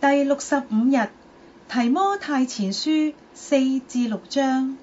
第65日，提摩太前書4至6章。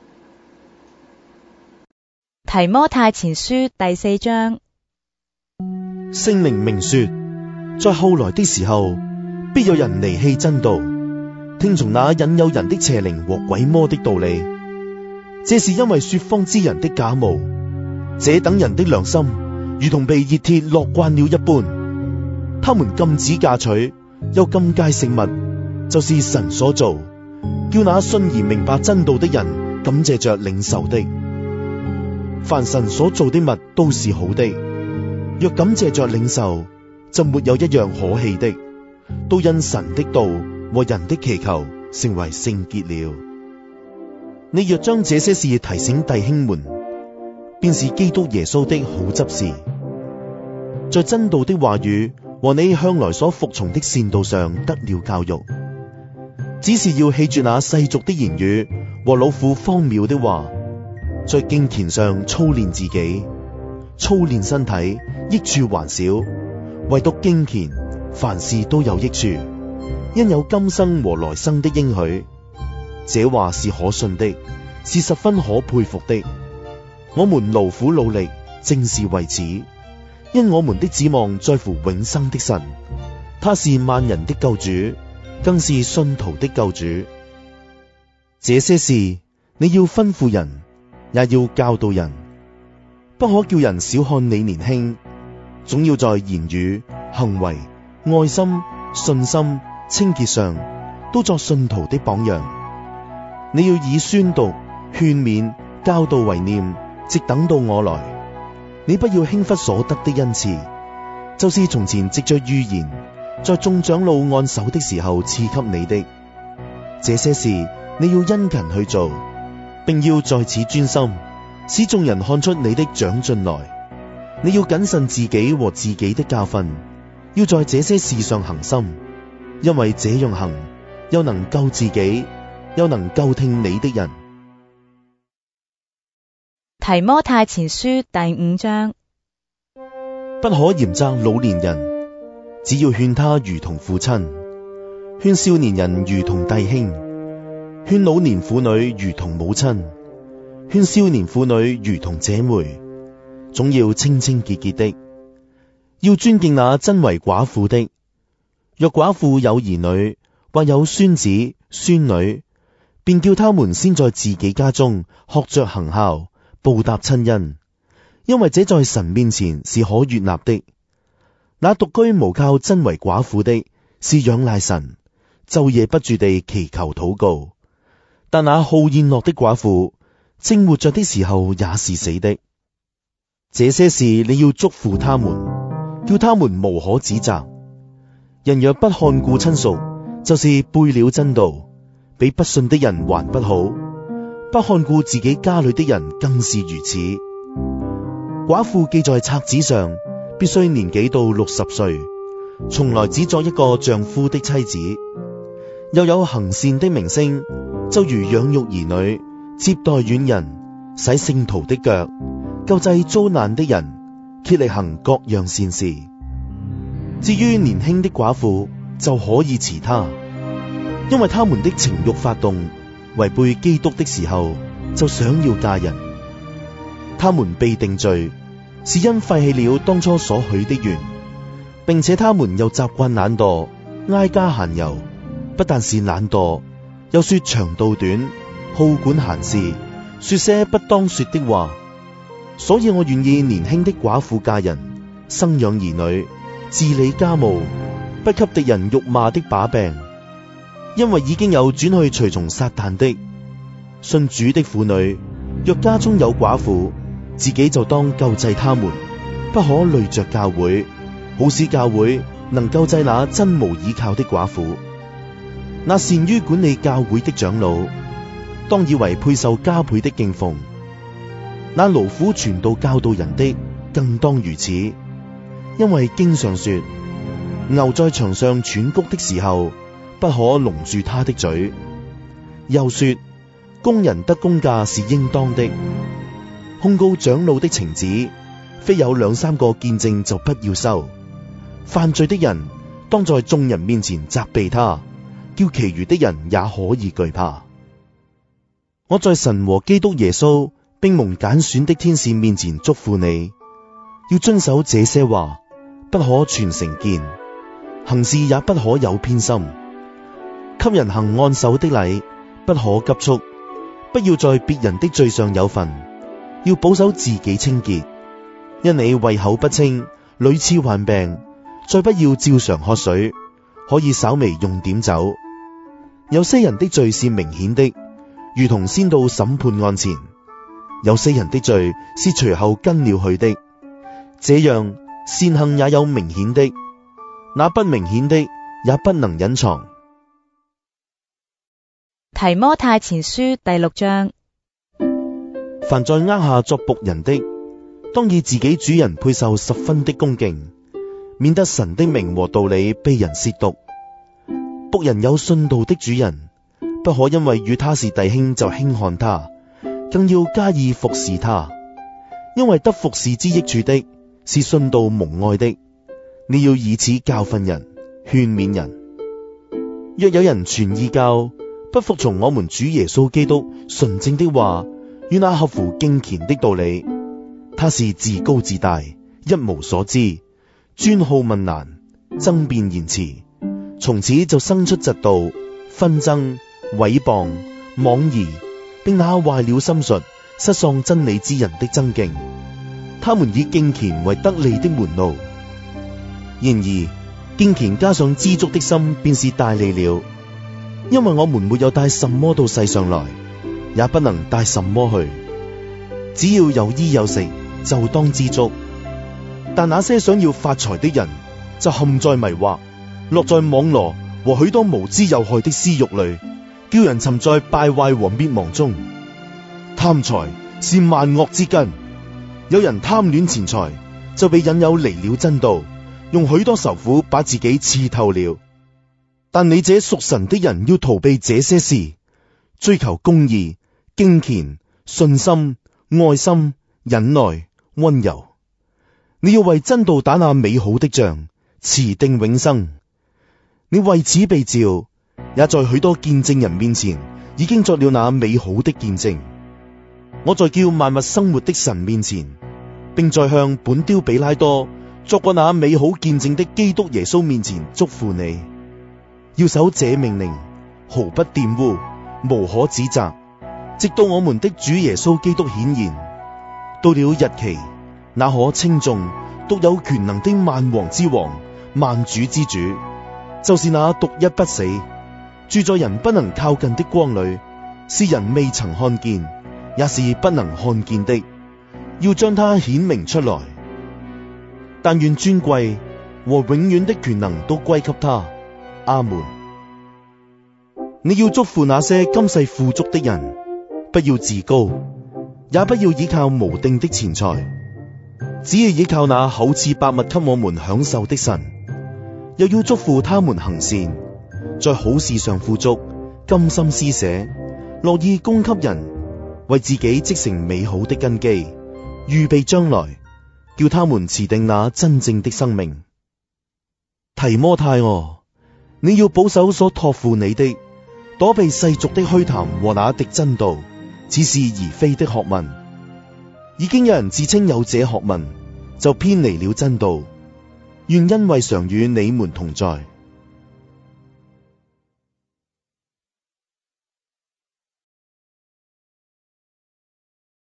提摩太前書第4章。 聖靈明說，在後來的時候，必有人離棄真道，聽從那引誘人的邪靈和鬼魔的道理。這是因為說謊之人的假冒，這等人的良心如同被熱鐵烙慣了一般。他們禁止嫁娶，又禁戒食物，就是神所造，叫那信而明白真道的人感謝着領受的。凡神所造的物都是好的，若感謝着領受，就沒有一樣可棄的，都因神的道和人的祈求成為聖潔了。你若將這些事提醒弟兄們，便是基督耶穌的好執事，在真道的話語和你向來所服從的善道上得了教育，只是要棄絕那世俗的言語和老婦荒謬的話，在敬虔上操練自己，操練身體益處還少，唯獨敬虔凡事都有益處，因有今生和來生的應許。這話是可信的，是十分可佩服的。我們勞苦努力，正是為此，因我們的指望在乎永生的神，他是萬人的救主，更是信徒的救主。這些事你要吩咐人，也要教導人，不可叫人小看你年輕，總要在言語、行為、愛心、信心、清潔上都作信徒的榜樣。你要以宣讀、勸勉、教導為念，直等到我來。你不要輕忽所得的恩賜，就是從前藉着預言，在眾長老按手的時候賜給你的。這些事你要殷勤去做，並要在此專心，使眾人看出你的長進來。你要謹慎自己和自己的教訓，要在這些事上恒心，因為這樣行，又能救自己，又能救聽你的人。 提摩太前書第5章。 不可嚴責老年人，只要勸他如同父親，勸少年人如同弟兄，勸老年婦女如同母親，勸少年婦女如同姐妹，總要清清潔潔的，要尊敬那真為寡婦的。若寡婦有兒女，或有孫子孫女，便叫他們先在自己家中學着行孝，報答親恩，因為這在神面前是可悅納的。那獨居無靠真為寡婦的，是仰賴神，晝夜不住地祈求禱告。但那好宴樂的寡婦，正活着的時候也是死的。這些事你要囑咐他們，叫他們無可指責。人若不看顧親屬，就是背了真道，比不信的人還不好。不看顧自己家裏的人更是如此。寡婦記在冊子上，必須年紀到60歲，從來只作一個丈夫的妻子，又有行善的名聲，就如養育兒女、接待遠人、洗聖徒的腳、救濟遭難的人，竭力行各樣善事。至於年輕的寡婦，就可以辭他，因為他們的情慾發動，違背基督的時候，就想要嫁人。他們被定罪，是因廢棄了當初所許的願，並且他們又習慣懶惰，挨家閒遊。不但是懶惰，又說長道短，好管閒事，說些不當說的話。所以我願意年輕的寡婦嫁人，生養兒女，治理家務，不給敵人辱罵的把柄。因為已經有轉去隨從撒旦的。信主的婦女，若家中有寡婦，自己就當救濟他們，不可累着教會，好使教會能救濟那真無倚靠的寡婦。那善於管理教會的長老，當以為配受加倍的敬奉。那勞苦傳道教導人的，更當如此。因為經上說，牛在場上喘穀的時候，不可籠住他的嘴。又說，工人得工價是應當的。控告長老的情子，非有2、3個見證就不要收。犯罪的人，當在眾人面前責備他， 叫其餘的人也可以懼怕。我在神和基督耶穌並蒙揀選的天使面前囑咐你，要遵守這些話，不可存成見，行事也不可有偏心，給人行按手的禮，不可急促，不要在別人的罪上有份，要保守自己清潔。因你胃口不清，屢次患病，再不要照常喝水，可以稍微用點酒。有些人的罪是明顯的，如同先到審判案前；有些人的罪是隨後跟了去的。這樣善行也有明顯的，那不明顯的也不能隱藏。 提摩太前書第6章。 凡在軛下作僕人的，當以自己主人配受十分的恭敬，免得神的名和道理被人褻瀆。僕人有信道的主人，不可因為與他是弟兄就輕看他，更要加以服侍他，因為得服侍之益處的是信道蒙愛的。你要以此教訓人，勸勉人。若有人傳異教，不服從我們主耶穌基督純正的話與那合乎敬虔的道理，他是自高自大，一無所知，專好問難，爭辯言辭，從此就生出嫉妒、紛爭、毀謗、妄疑，並那壞了心術、失喪真理之人的爭競。他們以敬虔為得利的門路，然而敬虔加上知足的心，便是大利了。因為我們沒有帶什麼到世上來，也不能帶什麼去，只要有衣有食，就當知足。但那些想要發財的人，就陷在迷惑，落在網羅和許多無知有害的私欲裏，叫人沉在敗壞和滅亡中。貪財是萬惡之根，有人貪戀錢財，就被引誘離了真道，用許多愁苦把自己刺透了。但你這屬神的人要逃避這些事，追求公義、敬虔、信心、愛心、忍耐、溫柔。你要為真道打那美好的仗，持定永生。你為此被召，也在許多見證人面前已經作了那美好的見證。我在叫萬物生活的神面前，並在向本丟比拉多作過那美好見證的基督耶穌面前囑咐你，要守這命令，毫不玷污，無可指責，直到我們的主耶穌基督顯現。到了日期，那可稱頌、獨有權能的萬王之王、萬主之主，就是那獨一不死、住在人不能靠近的光裏，是人未曾看見，也是不能看見的，要將他顯明出來。但願尊貴和永遠的權能都歸給他。阿門。你要囑咐那些今世富足的人，不要自高，也不要倚靠無定的錢財，只要倚靠那厚賜百物給我們享受的神。又要囑咐他們行善，在好事上富足，甘心施捨，樂意供給人，為自己積成美好的根基，預備將來，叫他們持定那真正的生命。提摩太你要保守所託付你的，躲避世俗的虛談和那敵真道，似是而非的學問。已經有人自稱有這學問，就偏離了真道。願恩惠常與你們同在。